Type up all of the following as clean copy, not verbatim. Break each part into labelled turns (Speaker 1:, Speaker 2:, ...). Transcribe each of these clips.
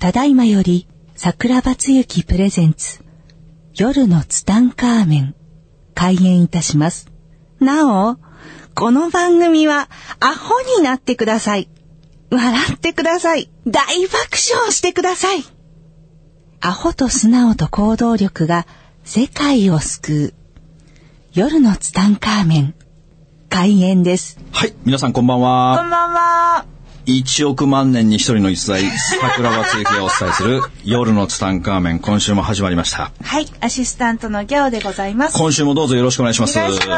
Speaker 1: ただいまより桜庭つゆきプレゼンツ夜のツタンカーメン開演いたします。なお、この番組はアホになってください。笑ってください。大爆笑してください。アホと素直と行動力が世界を救う夜のツタンカーメン開演です。
Speaker 2: はい、皆さんこんばんは。
Speaker 1: こんばんは。
Speaker 2: 1億万年に一人の逸材桜庭つゆきがお伝えする夜のツタンカーメン、今週も始まりました。
Speaker 1: はい、アシスタントのギャオでございます。
Speaker 2: 今週もどうぞよろしくお願いします。
Speaker 1: お願いします。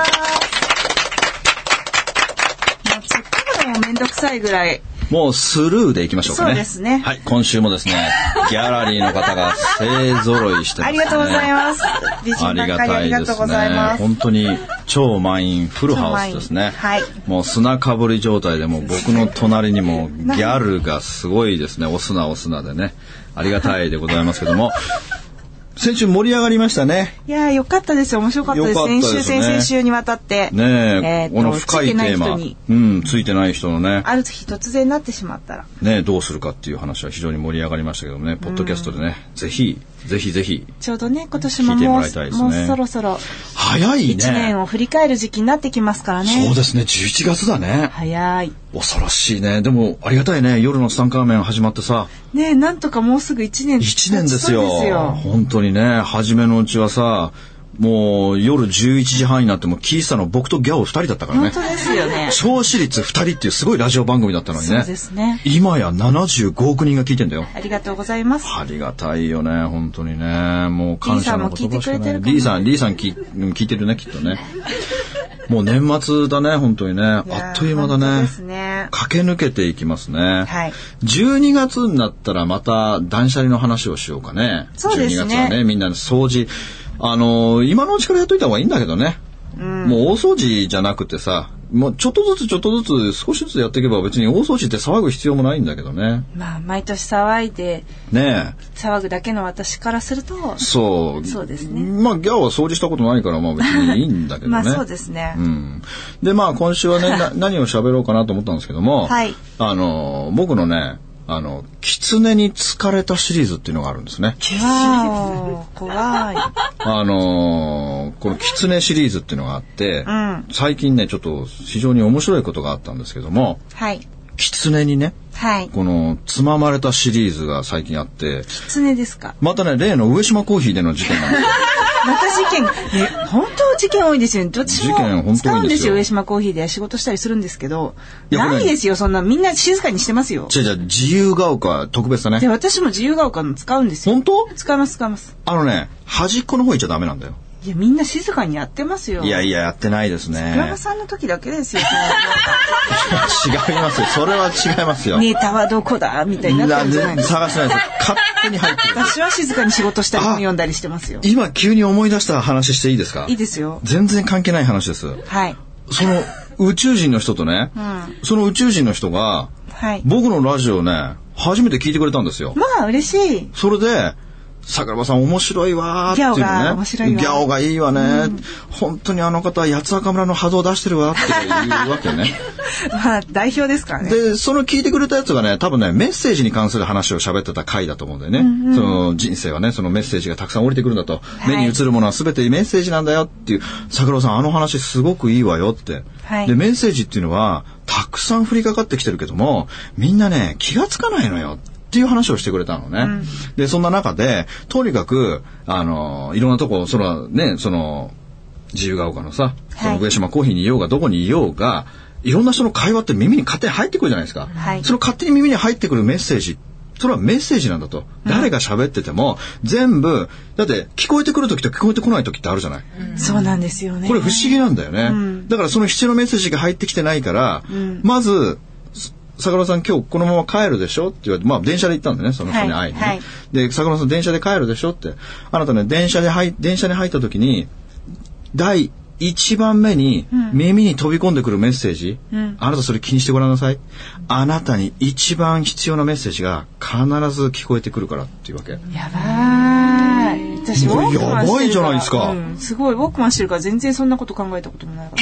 Speaker 1: もうツッコむのもめんどくさいぐらい
Speaker 2: もうスルーでいきましょうかね。
Speaker 1: そうですね。
Speaker 2: はい、今週もですねギャラリーの方が勢揃いしてますね。
Speaker 1: ありがとうございます。美人ばっかりありがとうございます。
Speaker 2: 本当に超満員フルハウスですね。
Speaker 1: はい、
Speaker 2: もう砂かぶり状態でもう僕の隣にもギャルがすごいですね。お砂でね、ありがたいでございますけども先週盛り上がりましたね。
Speaker 1: いやー、よかったですよ。面白かったです。先週先々週にわたって
Speaker 2: ね、この深いテーマついてない人のね、
Speaker 1: ある日突然なってしまったら
Speaker 2: ね、どうするかっていう話は非常に盛り上がりましたけどね、ポッドキャストでね、ぜひちょうどね、今年ももうそろそろ早いね、1年を振り返る時期になってきますからね。 そうですね、11月だね。
Speaker 1: 早い。
Speaker 2: 恐ろしいね。でもありがたいね、夜のツタンカーメン始まってさ
Speaker 1: ね、なんとかもうすぐ1年
Speaker 2: ですよ。本当にね、初めのうちはさ、もう夜11時半になっても聞いてたの僕とギャオ2人だったからね。
Speaker 1: 本当ですよね。
Speaker 2: 聴取率2人っていうすごいラジオ番組だったのにね。
Speaker 1: そうですね。
Speaker 2: 今や75億人が聞いてんだよ。
Speaker 1: ありがとうございます。
Speaker 2: ありがたいよね、本当にね。もう感謝の言葉しかない。リーさん聞いてるね、きっとね。もう年末だね、本当にね。あっという間だね。
Speaker 1: ですね。
Speaker 2: 駆け抜けていきますね。
Speaker 1: はい。
Speaker 2: 12月になったらまた断捨離の話をしようかね。
Speaker 1: そうですね。
Speaker 2: 12月はね、みんなで掃除。今のうちからやっといた方がいいんだけどね。もう大掃除じゃなくてさ、もうちょっとずつ少しずつやっていけば別に大掃除って騒ぐ必要もないんだけどね。
Speaker 1: まあ毎年騒いでね、騒ぐだけの私からするとそうですね。
Speaker 2: まあギャオは掃除したことないからまあ別にいいんだけどね。
Speaker 1: まあそうですね。
Speaker 2: でまあ今週はね何を喋ろうかなと思ったんですけども、
Speaker 1: はい、
Speaker 2: 僕のね狐に疲れたシリーズっていうのがあるんですね。
Speaker 1: 怖い。
Speaker 2: この狐シリーズっていうのがあって、最近ねちょっと非常に面白いことがあったんですけども、
Speaker 1: はい、
Speaker 2: 狐にね、
Speaker 1: はい、
Speaker 2: このつままれたシリーズが最近あって。
Speaker 1: 狐ですか。
Speaker 2: またね、例の上島コーヒーでの事件なんですよ。
Speaker 1: また事件、本当事件多いですよね。どっちも使うんですよ。上島コーヒーで仕事したりするんですけど、ないですよ。そんなみんな静かにしてますよ。
Speaker 2: じゃ自由が丘特別だね。
Speaker 1: で私も自由が丘の使うんですよ。
Speaker 2: 本当？
Speaker 1: 使います。
Speaker 2: 端っこの方行っちゃダメなんだよ。
Speaker 1: いやみんな静かにやってますよ。
Speaker 2: いややってないですね。
Speaker 1: 桜庭さんの時だけですよ。
Speaker 2: 違いますよ。それは違いますよ。
Speaker 1: ネタはどこだみたいになってるじゃないですか。
Speaker 2: 探してないです。勝手に入ってる。
Speaker 1: 私は静かに仕事したり本読んだりしてますよ。
Speaker 2: 今急に思い出した話していいですか？
Speaker 1: いいですよ。
Speaker 2: 全然関係ない話です。
Speaker 1: はい。
Speaker 2: その宇宙人の人とね、その宇宙人の人が、僕のラジオね初めて聞いてくれたんですよ。
Speaker 1: まあ嬉しい。
Speaker 2: それで桜庭さん面白いわーっていうね。ギャオがいいわね。本当にあの方は八つ墓村の波動を出してるわっていうわけね。
Speaker 1: まあ代表ですからね。
Speaker 2: でその聞いてくれたやつがね、多分ねメッセージに関する話を喋ってた回だと思うんだよね。その人生はね、そのメッセージがたくさん降りてくるんだと、目に映るものは全てメッセージなんだよっていう。桜庭さんあの話すごくいいわよって。でメッセージっていうのはたくさん降りかかってきてるけども、みんなね気がつかないのよっていう話をしてくれたのね。でそんな中でとにかくいろんなとこ、その自由が丘のさ、その上島コーヒーにいようがどこにいようが、いろんな人の会話って耳に勝手に入ってくるじゃないですか。その勝手に耳に入ってくるメッセージ、それはメッセージなんだと。誰が喋ってても全部だって聞こえてくる時と聞こえてこない時ってあるじゃない。
Speaker 1: そうなんですよね。
Speaker 2: これ不思議なんだよね。だからその必要なメッセージが入ってきてないから、まず桜庭さん今日このまま帰るでしょって言われて、まあ電車で行ったんだね、その人に会いにね。で桜庭さん電車で帰るでしょって、あなたね電車に入った時に第1番目に耳に飛び込んでくるメッセージ、あなたそれ気にしてごらんなさい。あなたに一番必要なメッセージが必ず聞こえてくるからっていうわけ。
Speaker 1: やばい。私ウォークマンしてるから。やばいじゃないですか。すごいウォークマンしてるから全然そんなこと考えたこともないから。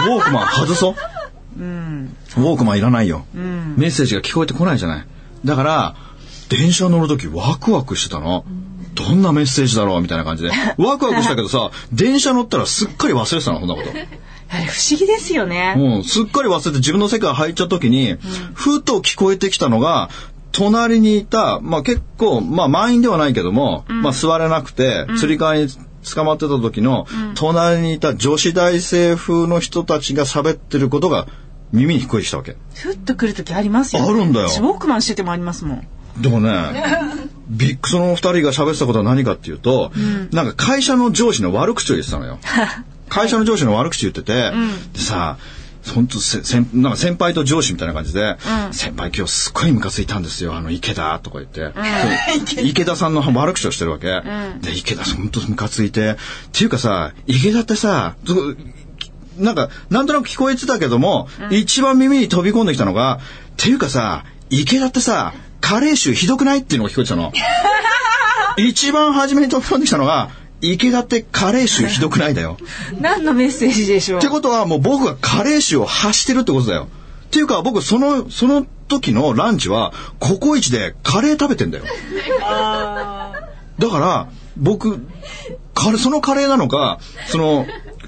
Speaker 2: ウォークマン外そう。ウォークマンいらないよ。メッセージが聞こえてこないじゃない。だから電車乗るときワクワクしてたの。どんなメッセージだろうみたいな感じで。ワクワクしたけどさ、電車乗ったらすっかり忘れてたの、そんなこと。
Speaker 1: 不思議ですよね。
Speaker 2: すっかり忘れて自分の世界入っちゃったときに、ふと聞こえてきたのが、隣にいた、結構、満員ではないけども、座れなくて、つり革に捕まってた時の、隣にいた女子大生風の人たちが喋ってることが耳に聞こえてきたわけ。
Speaker 1: ふっと来る時ありますよね。
Speaker 2: あるんだよ。
Speaker 1: ウォークマンしててもありますもん。
Speaker 2: でもね、その二人が喋ってたことは何かっていうと、なんか会社の上司の悪口を言ってたのよ。会社の上司の悪口言ってて、でさ、本当なんか先輩と上司みたいな感じで、先輩今日すっごいムカついたんですよ、池田とか言って、池田さんの悪口をしてるわけ、で池田本当ムカついて、っていうかさ、池田ってさ、なんとなく聞こえてたけども、一番耳に飛び込んできたのが、っていうかさ、池田ってさ、加齢臭ひどくないっていうのが聞こえてたの。一番初めに飛び込んできたのが、池田って加齢臭ひどくないだよ。
Speaker 1: 何のメッセージでしょう。
Speaker 2: ってことはもう僕が加齢臭を発してるってことだよ。っていうか僕その時のランチはココイチでカレー食べてんだよ。だから僕そのカレーなのか、その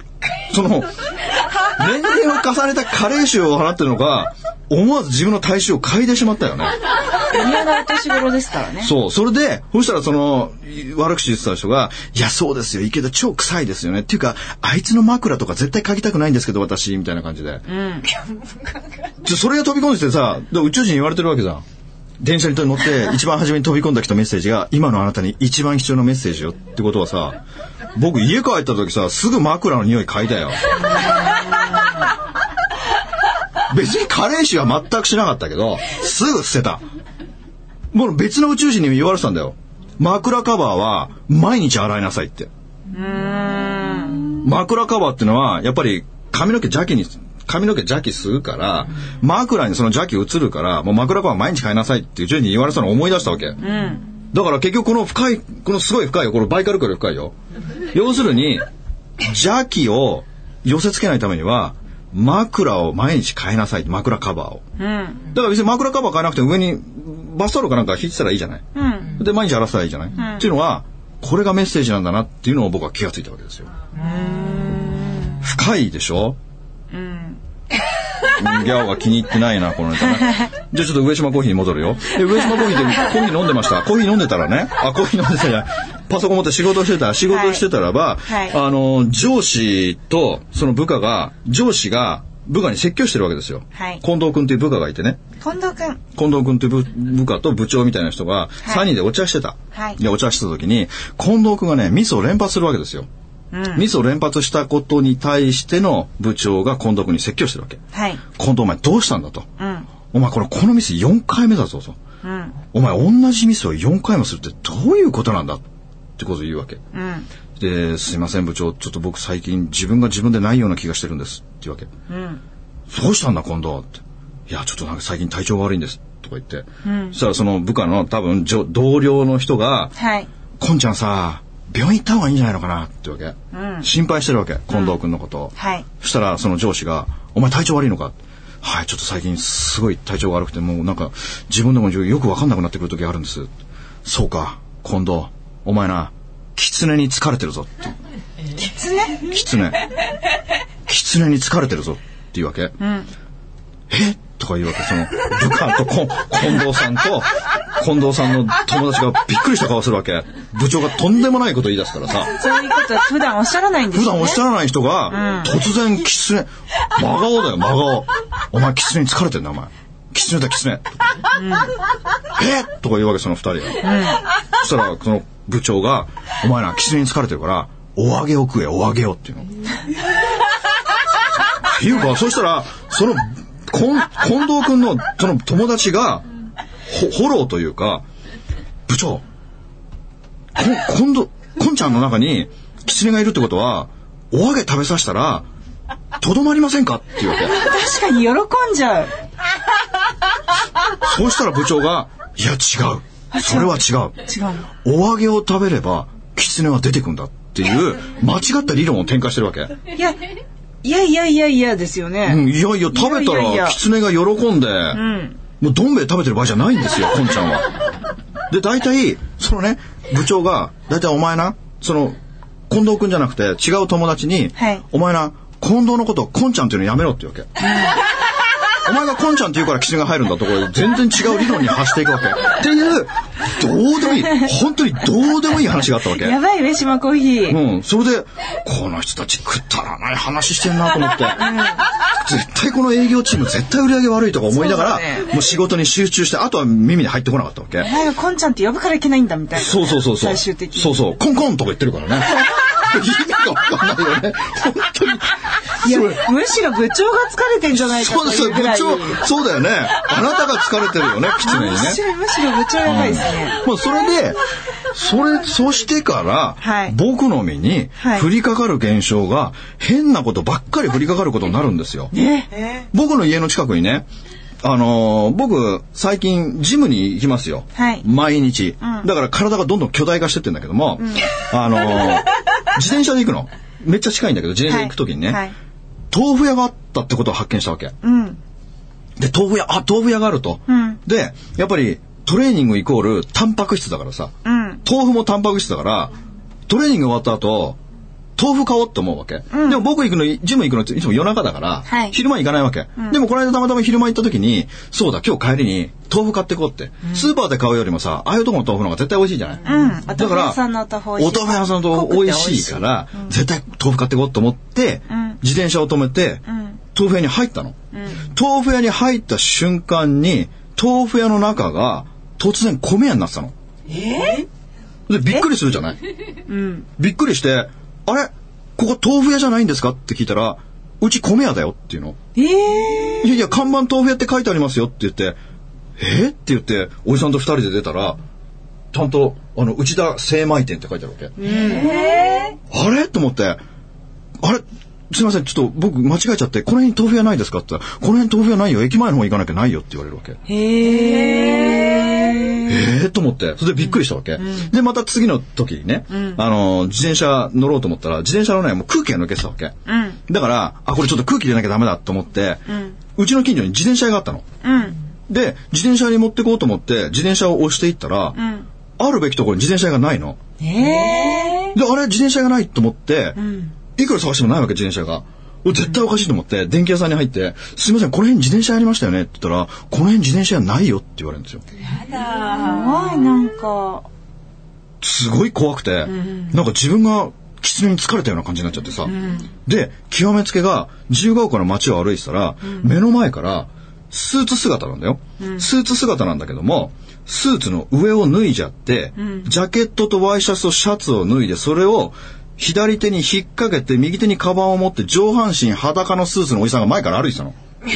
Speaker 2: 年齢を重ねた加齢臭を放ってるのか、思わず自分の体臭を嗅いでしまったよね。
Speaker 1: 嫌なお年頃ですからね。
Speaker 2: そう。それで、そしたら悪口言ってた人が、いや、そうですよ。池田超臭いですよね。っていうか、あいつの枕とか絶対嗅ぎたくないんですけど、私、みたいな感じで。それが飛び込んできてさ、宇宙人言われてるわけじゃん。電車に乗って一番初めに飛び込んできたメッセージが、今のあなたに一番必要なメッセージよってことはさ、僕家帰った時さ、すぐ枕の匂い嗅いだよ。別に加齢臭は全くしなかったけど、すぐ捨てた。もう別の宇宙人にも言われてたんだよ。枕カバーは毎日洗いなさいって。枕カバーってのはやっぱり髪の毛邪気吸うから、枕にその邪気移るから、もう枕カバー毎日買いなさいって宇宙人に言われてたのを思い出したわけ。だから結局このすごい深いよ。このバイカルクより深いよ。要するに邪気を寄せ付けないためには枕を毎日変えなさい。枕カバーを。だから別に枕カバー変えなくて上にバスタオルかなんか引いてたらいいじゃない。で毎日洗ったらいいじゃない。っていうのはこれがメッセージなんだなっていうのを僕は気がついたわけですよ。深いでしょ。ギャオが気に入ってないなこのネタね。じゃあちょっと上島コーヒーに戻るよ。で上島コーヒーってコーヒー飲んでました。コーヒー飲んでたらね、コーヒー飲んでたらパソコン持って仕事してたらば、上司とその上司が部下に説教してるわけですよ。近藤君という部下がいてね。近藤君という部下と部長みたいな人が3人でお茶してた。でお茶してた時に近藤君がねミスを連発するわけですよ。ミスを連発したことに対しての部長が近藤君に説教してるわけ。近藤お前どうしたんだと。お前このミス4回目だぞと。お前同じミスを4回もするってどういうことなんだってことを言うわけ。ですいません部長、ちょっと僕最近自分が自分でないような気がしてるんですって言うわけ。どうしたんだ近藤って。いやちょっとなんか最近体調が悪いんですとか言って、そしたらその部下の多分同僚の人が、こんちゃんさ病院行った方がいいんじゃないのかなってわけ、心配してるわけ近藤君のことを、そしたらその上司がお前体調悪いのか。はい、ちょっと最近すごい体調が悪くてもうなんか自分でもよく分かんなくなってくる時あるんです。そうか近藤お前な狐に疲れてるぞって。狐に疲れてるぞっていうわけ。えとか言うわけ。その部下と近藤さんの友達がびっくりした顔するわけ。部長がとんでもないこと言い出すからさ。
Speaker 1: そういうことは普段おっしゃらないんですね。
Speaker 2: 普段おっしゃらない人が、突然真顔だよ真顔。お前狐に疲れてんだお前。狐だ狐。とか言うわけその二人が。そしたらその部長がお前な狐に疲れてるからお揚げを食えお揚げをっていうの。っていうかそしたらその近藤君のその友達がフォローというか部長こんちゃんの中に狐がいるってことはお揚げ食べさせたらとどまりませんかっていうわけ。
Speaker 1: 確かに喜んじゃう。
Speaker 2: そうしたら部長がいや違うそれは違うお揚げを食べれば狐は出てくんだっていう間違った理論を展開してるわけ。いやですよね。いや食べたら狐が喜んで、もうどん兵衛食べてる場合じゃないんですよこんちゃんは。 で、大体、そのね、部長が、大体お前な、その、近藤くんじゃなくて違う友達に、はい、お前な、近藤のことをコンちゃんっていうのやめろって言うわけ。お前がコンちゃんって言うから狐が入るんだところで全然違う理論に走っていくわけ。っていう、どうでもいい、本当にどうでもいい話があったわけ。
Speaker 1: やばい、上島コーヒー。
Speaker 2: うん。それで、この人たちくだらない話してんなと思って。絶対この営業チーム絶対売り上げ悪いとか思いながら、もう仕事に集中して、あとは耳に入ってこなかったわけ。
Speaker 1: お前がコンちゃんって呼ぶからいけないんだみたいな。
Speaker 2: そうそうそうそう。
Speaker 1: 最終的に。
Speaker 2: そうそう。コンコンとか言ってるからね。意味が分かんないよね。本当に。
Speaker 1: いや、むしろ部長が疲れてんじゃないかというぐらい。
Speaker 2: そうですよ、部長。そうだよね。あなたが疲れてるよね、狐にね。
Speaker 1: むしろ部長やばいですね。
Speaker 2: まあ、それで、そしてから、はい、僕の身に降りかかる現象が、変なことばっかり降りかかることになるんですよ。僕の家の近くにね、僕、最近、ジムに行きますよ。はい、毎日、だから体がどんどん巨大化してってんだけども、自転車で行くの。めっちゃ近いんだけど、自転車で行くときにね、はい、豆腐屋があったってことを発見したわけ。で、豆腐屋があると。で、やっぱり、トレーニングイコールタンパク質だからさ、豆腐もタンパク質だから、トレーニング終わった後、豆腐買おうって思うわけ。でも僕ジム行くのっていつも夜中だから、はい、昼間行かないわけ。でもこの間たまたま昼間行った時に、そうだ、今日帰りに豆腐買ってこうって。スーパーで買うよりもさ、ああいうとこの豆腐の方が絶対美味しいじゃない。だから、お豆腐屋さんの豆腐美味しいから、絶対豆腐買ってこうと思って、自転車を止めて、豆腐屋に入ったの。豆腐屋に入った瞬間に、豆腐屋の中が突然米屋になってたの。で、びっくりするじゃない。びっくりして、あれここ豆腐屋じゃないんですかって聞いたら、うち米屋だよっていうの。いや、看板豆腐屋って書いてありますよって言って、って言って、おじさんと二人で出たら、ちゃんと、内田精米店って書いてあるわけ。あれと思って、あれすいません、ちょっと僕間違えちゃって、この辺に豆腐屋ないですかって言ったら、この辺豆腐屋ないよ、駅前の方行かなきゃないよって言われるわけ。と思って、それでびっくりしたわけ。で、また次の時にね、自転車乗ろうと思ったら、自転車のね、もう空気が抜けてたわけ。だから、これちょっと空気入れなきゃダメだと思って、うちの近所に自転車屋があったの。で、自転車に持ってこうと思って、自転車を押していったら、あるべきところに自転車屋がないの。で、あれ、自転車屋がないと思って、いくら探してもないわけ、自転車が。絶対おかしいと思って、電気屋さんに入って、すいません、この辺に自転車ありましたよねって言ったら、この辺自転車屋ないよって言われるんですよ。
Speaker 1: やだ。怖い、なんか。
Speaker 2: すごい怖くて、なんか自分が狐に疲れたような感じになっちゃってさ。で、極めつけが、自由が丘の街を歩いてたら、目の前から、スーツ姿なんだよ。スーツ姿なんだけども、スーツの上を脱いじゃって、ジャケットとワイシャツとシャツを脱いで、それを、左手に引っ掛けて右手にカバンを持って上半身裸のスーツのおじさんが前から歩いてたの。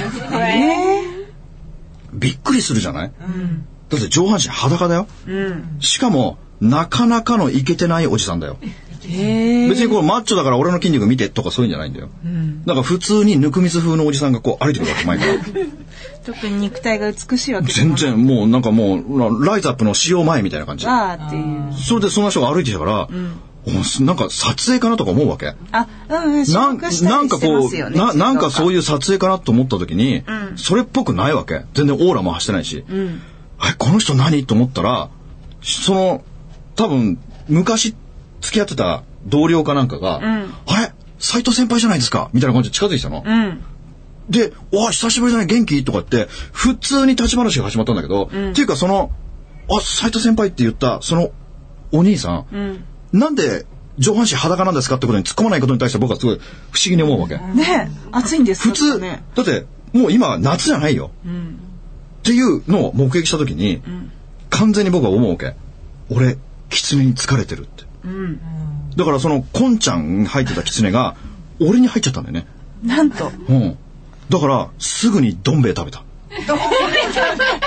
Speaker 2: びっくりするじゃない、だって上半身裸だよ、しかもなかなかのイケてないおじさんだよ。別にこうマッチョだから俺の筋肉見てとかそういうんじゃないんだよ、なんか普通にぬくみつ風のおじさんがこう歩いてくるわけ前から
Speaker 1: 特に肉体が美しいわけ
Speaker 2: 全然もうなんかもうライズアップの使用前みたいな感じ。
Speaker 1: っていう。
Speaker 2: それでその人が歩いてきたから、なんか撮影かなとか思うわけ。なんかこうなんかそういう撮影かなと思った時に、それっぽくないわけ。全然オーラも発してないし、この人何と思ったら、その多分昔付き合ってた同僚かなんかが、あれ斉藤先輩じゃないですかみたいな感じで近づいてきたの。で、久しぶりだね元気とかって普通に立ち話が始まったんだけど、っていうかその斉藤先輩って言ったそのお兄さん、なんで上半身裸なんですかってことに突っ込まないことに対して僕はすごい不思議に思うわけ。
Speaker 1: ね、暑いんです
Speaker 2: か普通、だってもう今夏じゃないよ、っていうのを目撃した時に、完全に僕は思うわけ。俺狐に疲れてるって、だからそのコンちゃんに入ってた狐が俺に入っちゃったんだよね。
Speaker 1: なんと、
Speaker 2: だからすぐにどん兵衛食べた。どん兵衛食べた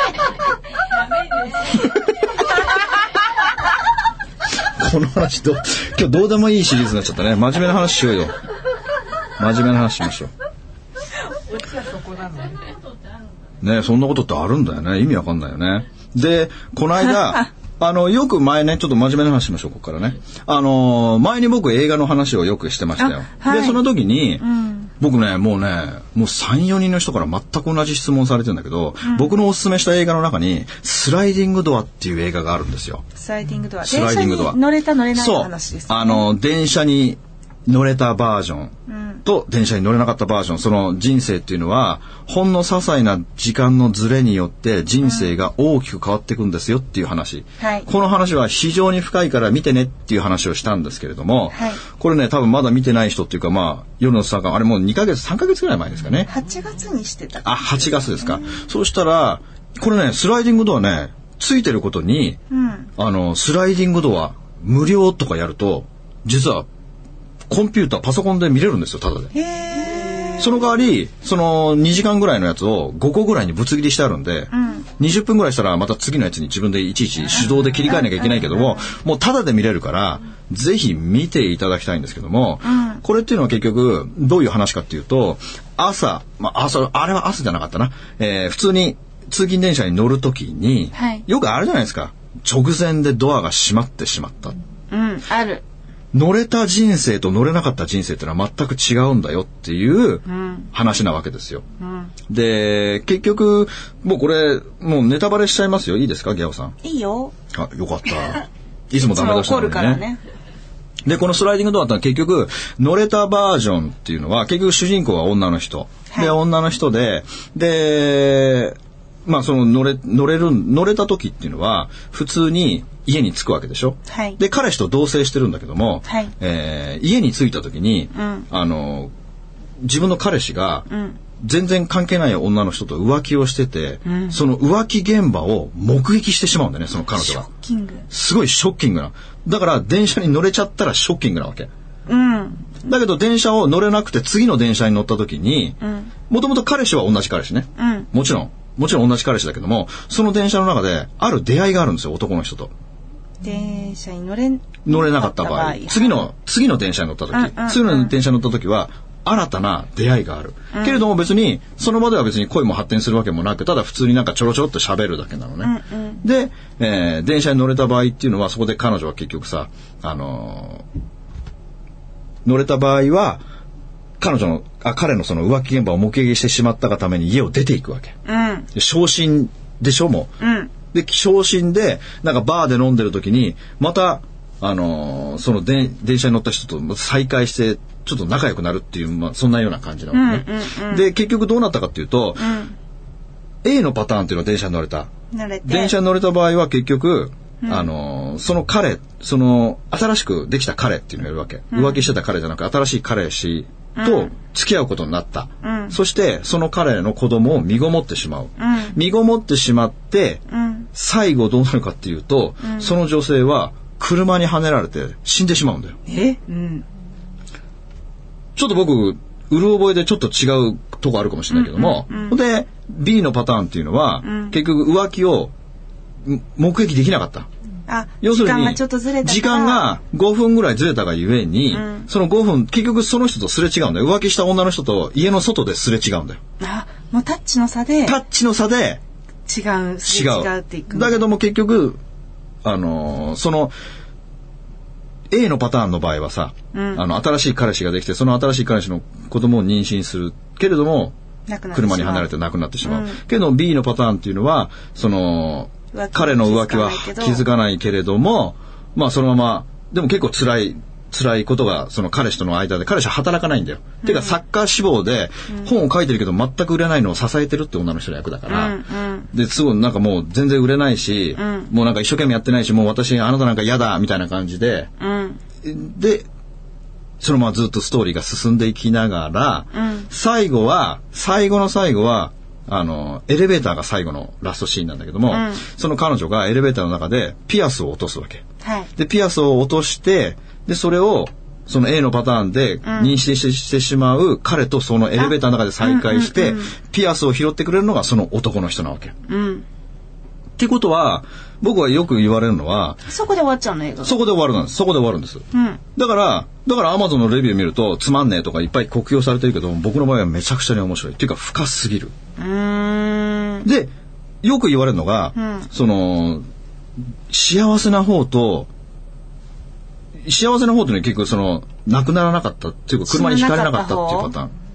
Speaker 2: この話今日どうでもいいシリーズになっちゃったね。真面目な話しようよ。真面目な話しましょう。ね、そんなことってあるんだよね。意味わかんないよね。で、この間よく前ね、ちょっと真面目な話しましょう、ここからね。前に僕映画の話をよくしてましたよ。で、その時に、 僕ね、もう3、4人の人から全く同じ質問されてるんだけど、僕のおすすめした映画の中に、スライディングドアっていう映画があるんですよ。
Speaker 1: スライディングドア。
Speaker 2: スライディングドア。
Speaker 1: 電車に乗れた乗れないの話ですよね。
Speaker 2: そう。電車に乗れたバージョンと電車に乗れなかったバージョン、その人生っていうのはほんの些細な時間のズレによって人生が大きく変わっていくんですよっていう話、この話は非常に深いから見てねっていう話をしたんですけれども、これね多分まだ見てない人っていうか、夜の3あれもう2ヶ月3ヶ月ぐらい前ですかね。
Speaker 1: 8月にしてた。
Speaker 2: 8月ですか。そうしたらこれねスライディングドアねついてることに、スライディングドア無料とかやると実はコンピューターパソコンで見れるんですよタダで。その代わりその2時間ぐらいのやつを5個ぐらいにぶつ切りしてあるんで、20分ぐらいしたらまた次のやつに自分でいちいち手動で切り替えなきゃいけないけども、もうタダで見れるからぜひ見ていただきたいんですけども、これっていうのは結局どういう話かっていうと、朝あれは朝じゃなかったな、普通に通勤電車に乗るときに、よくあるじゃないですか、直前でドアが閉まってしまった、
Speaker 1: ある。
Speaker 2: 乗れた人生と乗れなかった人生ってのは全く違うんだよっていう話なわけですよ、で結局もうこれもうネタバレしちゃいますよ。いいですかギャオさん。
Speaker 1: いいよ。
Speaker 2: よかったいつもダメ出しなのにね。
Speaker 1: 怒るからね。
Speaker 2: でこのスライディングドアってのは結局乗れたバージョンっていうのは結局主人公は女の人、で女の人でその乗れた時っていうのは普通に家に着くわけでしょ、で彼氏と同棲してるんだけども、家に着いた時に、自分の彼氏が全然関係ない女の人と浮気をしてて、その浮気現場を目撃してしまうんだよね、その彼女が。すごいショッキングな。だから電車に乗れちゃったらショッキングなわけ、だけど電車を乗れなくて次の電車に乗った時に、もともと彼氏は同じ彼氏ね、もちろん同じ彼氏だけども、その電車の中である出会いがあるんですよ、男の人と。
Speaker 1: 電車に乗
Speaker 2: れなかった場合、次の電車に乗った時、次の電車に乗った時は新たな出会いがある、けれども別にその場では別に恋も発展するわけもなく、ただ普通になんかちょろちょろっと喋るだけなのね、で、電車に乗れた場合っていうのはそこで彼女は結局さ、乗れた場合は彼のその浮気現場を目撃してしまったがために家を出ていくわけ、昇進でしょもう、で昇進でなんかバーで飲んでる時にまたその電車に乗った人と再会してちょっと仲良くなるっていう、そんなような感じなわけね、で結局どうなったかっていうと、A のパターンっていうのは電車に乗れた。電車に乗れた場合は結局その彼、その新しくできた彼っていうのがいるわけ、浮気してた彼じゃなく新しい彼氏と付き合うことになった、そしてその彼の子供を身ごもってしまう、身ごもってしまって、最後どうなるかっていうと、その女性は車にはねられて死んでしまうんだよ。ちょっと僕うる覚えでちょっと違うとこあるかもしれないけども、で B のパターンっていうのは、結局浮気を目撃できなかった。要するに時間が5分ぐらいずれたがゆえに、その5分結局その人とすれ違うんだよ。浮気した女の人と家の外ですれ違うんだよ。
Speaker 1: もうタッチの差で違うっていく。
Speaker 2: だけども結局その A のパターンの場合はさ、新しい彼氏ができてその新しい彼氏の子供を妊娠するけれども車に離れて亡くなってしまう、けど B のパターンっていうのはその彼の浮気は気づかないけれども、そのままでも結構辛いことがその彼氏との間で、彼氏は働かないんだよ、てか作家志望で本を書いてるけど全く売れないのを支えてるって女の人の役だから、ですごいなんかもう全然売れないし、もうなんか一生懸命やってないし、もう私あなたなんか嫌だみたいな感じで、でそのままずっとストーリーが進んでいきながら、最後の最後はエレベーターが最後のラストシーンなんだけども、その彼女がエレベーターの中でピアスを落とすわけ、でピアスを落として、でそれをその A のパターンで認識してしまう彼とそのエレベーターの中で再会して、ピアスを拾ってくれるのがその男の人なわけ、ってことは僕はよく言われるのは
Speaker 1: そこで終わっちゃうの映画。
Speaker 2: そこで終わるんです、だからAmazon のレビュー見るとつまんねえとかいっぱい酷評されてるけど、僕の場合はめちゃくちゃに面白いっていうか深すぎる。でよく言われるのが、その幸せな方というのは結局その亡くならなかったっていうか車にひかれなかったっていうパターン。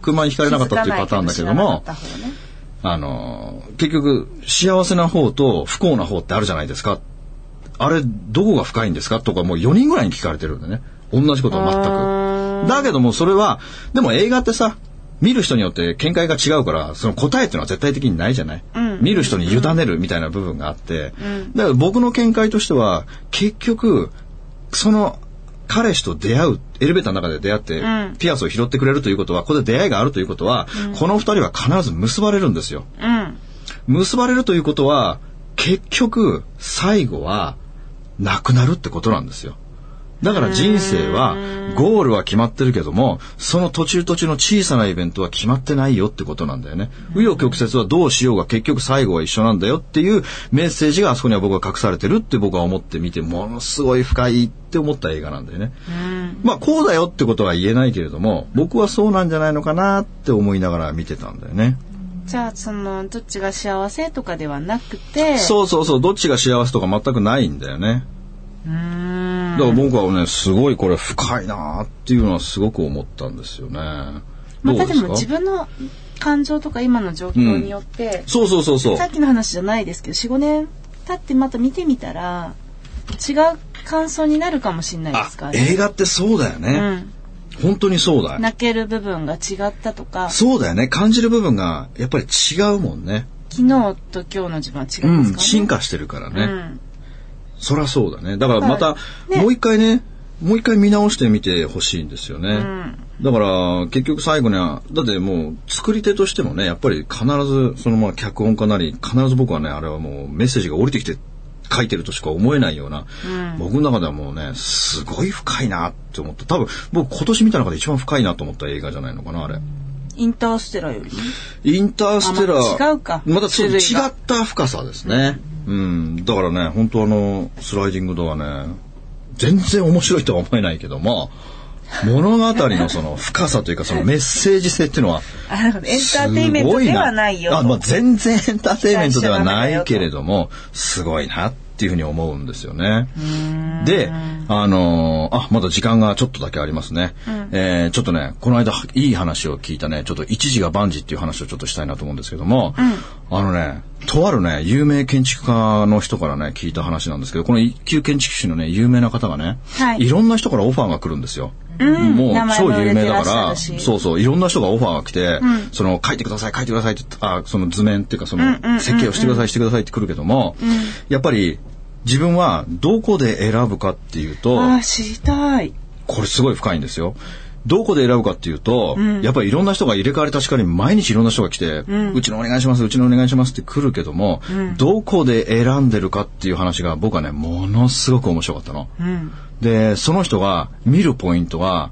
Speaker 2: 車にひかれなかったっていうパターンだけども、結局幸せな方と不幸な方ってあるじゃないですか。あれどこが深いんですかとかもう4人ぐらいに聞かれてるんでね。同じことは全く。だけどもそれはでも映画ってさ、見る人によって見解が違うから、その答えっていうのは絶対的にないじゃない、見る人に委ねるみたいな部分があって、だから僕の見解としては結局その彼氏と出会う、エレベーターの中で出会って、ピアスを拾ってくれるということは、ここで出会いがあるということは、この二人は必ず結ばれるんですよ、結ばれるということは結局最後はなくなるってことなんですよ。だから人生はゴールは決まってるけども、その途中の小さなイベントは決まってないよってことなんだよね。紆余曲折はどうしようが結局最後は一緒なんだよっていうメッセージがあそこには僕は隠されてるって僕は思って見て、ものすごい深いって思った映画なんだよね。まあこうだよってことは言えないけれども、僕はそうなんじゃないのかなって思いながら見てたんだよね。
Speaker 3: じゃあそのどっちが幸せとかではなくて、
Speaker 2: そうどっちが幸せとか全くないんだよね。だから僕はね、すごいこれ深いなっていうのはすごく思ったんですよね。
Speaker 3: またでも自分の感情とか今の状況によって、
Speaker 2: そう
Speaker 3: さっきの話じゃないですけど 4,5 年経ってまた見てみたら違う感想になるかもしれないですからね。
Speaker 2: 映画ってそうだよね、本当にそうだよ。
Speaker 3: 泣ける部分が違ったとか、
Speaker 2: そうだよね、感じる部分がやっぱり違うもんね。
Speaker 3: 昨日と今日の自分は違いますからね、
Speaker 2: 進化してるからね、そりゃそうだね。だからまた、もう一回見直してみてほしいんですよね、だから結局最後にはだってもう作り手としてもね、やっぱり必ずその脚本家なり必ず僕はね、あれはもうメッセージが降りてきて書いてるとしか思えないような、僕の中ではもうねすごい深いなって思った。多分僕今年見た中で一番深いなと思った映画じゃないのかな、あれ。
Speaker 3: インターステラーより
Speaker 2: インターステラー、
Speaker 3: 違うか、
Speaker 2: またちょっと違った深さですね、だからね本当スライディングドアね、全然面白いとは思えないけども、物語のその深さというかそのメッセージ性っていうのは
Speaker 3: エンターテインメントではないよ。
Speaker 2: 全然エンターテインメントではないけれどもすごいなっていうふうに思うんですよね。で、まだ時間がちょっとだけありますね、ちょっとねこの間いい話を聞いたね、ちょっと一時が万事っていう話をちょっとしたいなと思うんですけども、とあるね有名建築家の人からね聞いた話なんですけど、この一級建築士のね有名な方がね、いろんな人からオファーが来るんですよ。もう超有名だからそういろんな人がオファーが来て、その書いてくださいってその図面っていうかその設計をしてくださいって来るけども、やっぱり自分はどこで選ぶかっていうと、
Speaker 3: 知りたい。
Speaker 2: これすごい深いんですよ。どこで選ぶかっていうと、やっぱりいろんな人が入れ替わり立ち替わり毎日いろんな人が来て、うちのお願いしますうちのお願いしますって来るけども、どこで選んでるかっていう話が僕はねものすごく面白かったの、でその人が見るポイントは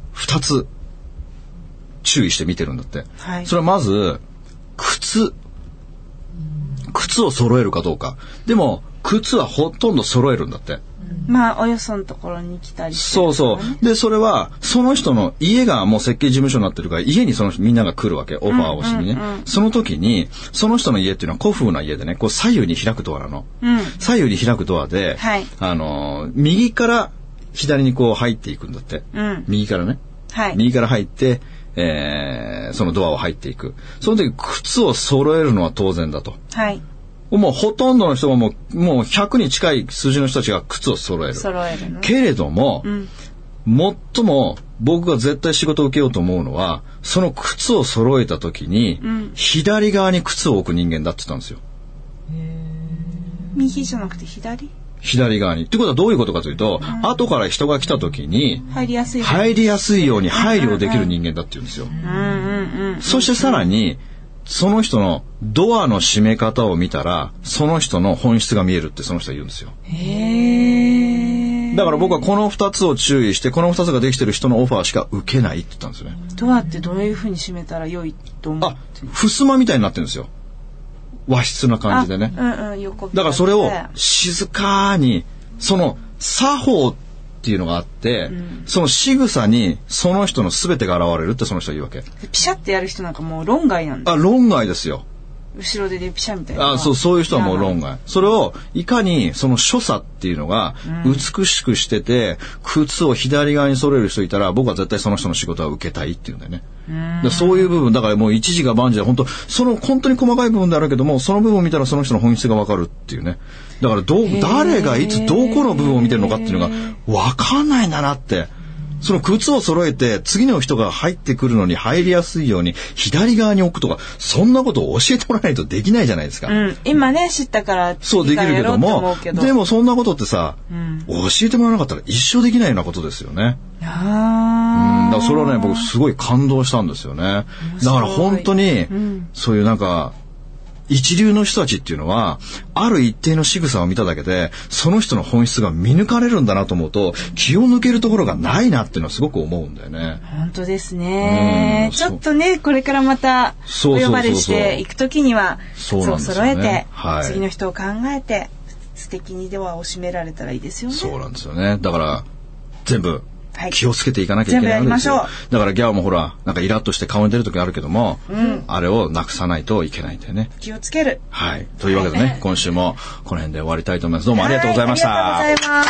Speaker 2: 2つ注意して見てるんだって、それはまず靴を揃えるかどうか。でも靴はほとんど揃えるんだって。
Speaker 3: およそのところに来たりしてる、
Speaker 2: そうでそれはその人の家がもう設計事務所になってるから、家にそのみんなが来るわけ、オファーをしにね、その時にその人の家っていうのは古風な家でね、こう左右に開くドアなの、左右に開くドアで、右から左にこう入っていくんだって、右からね、右から入って、そのドアを入っていく。その時靴を揃えるのは当然だと、もうほとんどの人がもう100に近い数字の人たちが靴を揃えるけれども、最も僕が絶対仕事を受けようと思うのはその靴を揃えた時に、左側に靴を置く人間だって言ったんですよ。
Speaker 3: 右じゃなくて
Speaker 2: 左側に。ってことはどういうことかというと、後から人が来た時に
Speaker 3: 入りやすい
Speaker 2: ように配慮できる人間だって言うんですよ。そしてさらにその人のドアの閉め方を見たらその人の本質が見えるってその人は言うんですよ。だから僕はこの2つを注意して、この2つができてる人のオファーしか受けないって言ったんですよね。
Speaker 3: ドアってどういう風に閉めたら良いと思う？
Speaker 2: 襖みたいになってるんですよ。和室な感じでね。だからそれを静かに、その作法っていうのがあって、その仕草にその人の全てが現れるってその人は言うわけ。
Speaker 3: ピシャってやる人なんかもう論外なんだ。
Speaker 2: 論外ですよ。
Speaker 3: 後ろでピシャみたいな。
Speaker 2: そういう人はもう論外。それをいかにその所作っていうのが美しくしてて、靴を左側に揃える人いたら、僕は絶対その人の仕事は受けたいっていうんだよね。そういう部分だからもう一時が万事で本当に細かい部分であるけども、その部分を見たらその人の本質が分かるっていうね。だから誰がいつどこの部分を見てるのかっていうのが分かんないんだなって。その靴を揃えて次の人が入ってくるのに入りやすいように左側に置くとか、そんなことを教えてもらわないとできないじゃないですか。
Speaker 3: 今ね知ったから
Speaker 2: そうできるけども、でもそんなことってさ、教えてもらわなかったら一生できないようなことですよね。だからそれはね、僕すごい感動したんですよね。だから本当に、そういうなんか一流の人たちっていうのは、ある一定の仕草を見ただけで、その人の本質が見抜かれるんだなと思うと、気を抜けるところがないなっていうのはすごく思うんだよね。
Speaker 3: 本当ですね。ちょっとね、これからまたお呼ばれしていくときには、靴を揃えて、次の人を考えて、素敵にではを締められたらいいですよね。
Speaker 2: そうなんですよね。だから、全部、気をつけていかなきゃいけないんですよ。だからギャオもほら、なんかイラッとして顔に出る時あるけども、あれをなくさないといけないんだよね。
Speaker 3: 気をつける。
Speaker 2: はい。というわけでね、今週もこの辺で終わりたいと思います。どうもありがとうございました。
Speaker 3: ありがとうございます。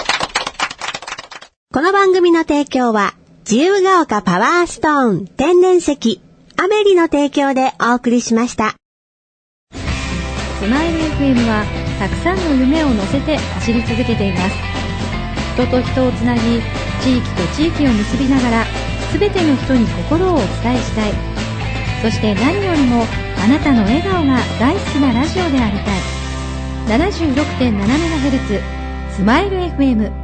Speaker 4: この番組の提供は、自由が丘パワーストーン天然石、アメリの提供でお送りしました。
Speaker 5: スマイル FM は、たくさんの夢を乗せて走り続けています。人と人をつなぎ、地域と地域を結びながら、すべての人に心をお伝えしたい。そして何よりも、あなたの笑顔が大好きなラジオでありたい。76.7MHz スマイル FM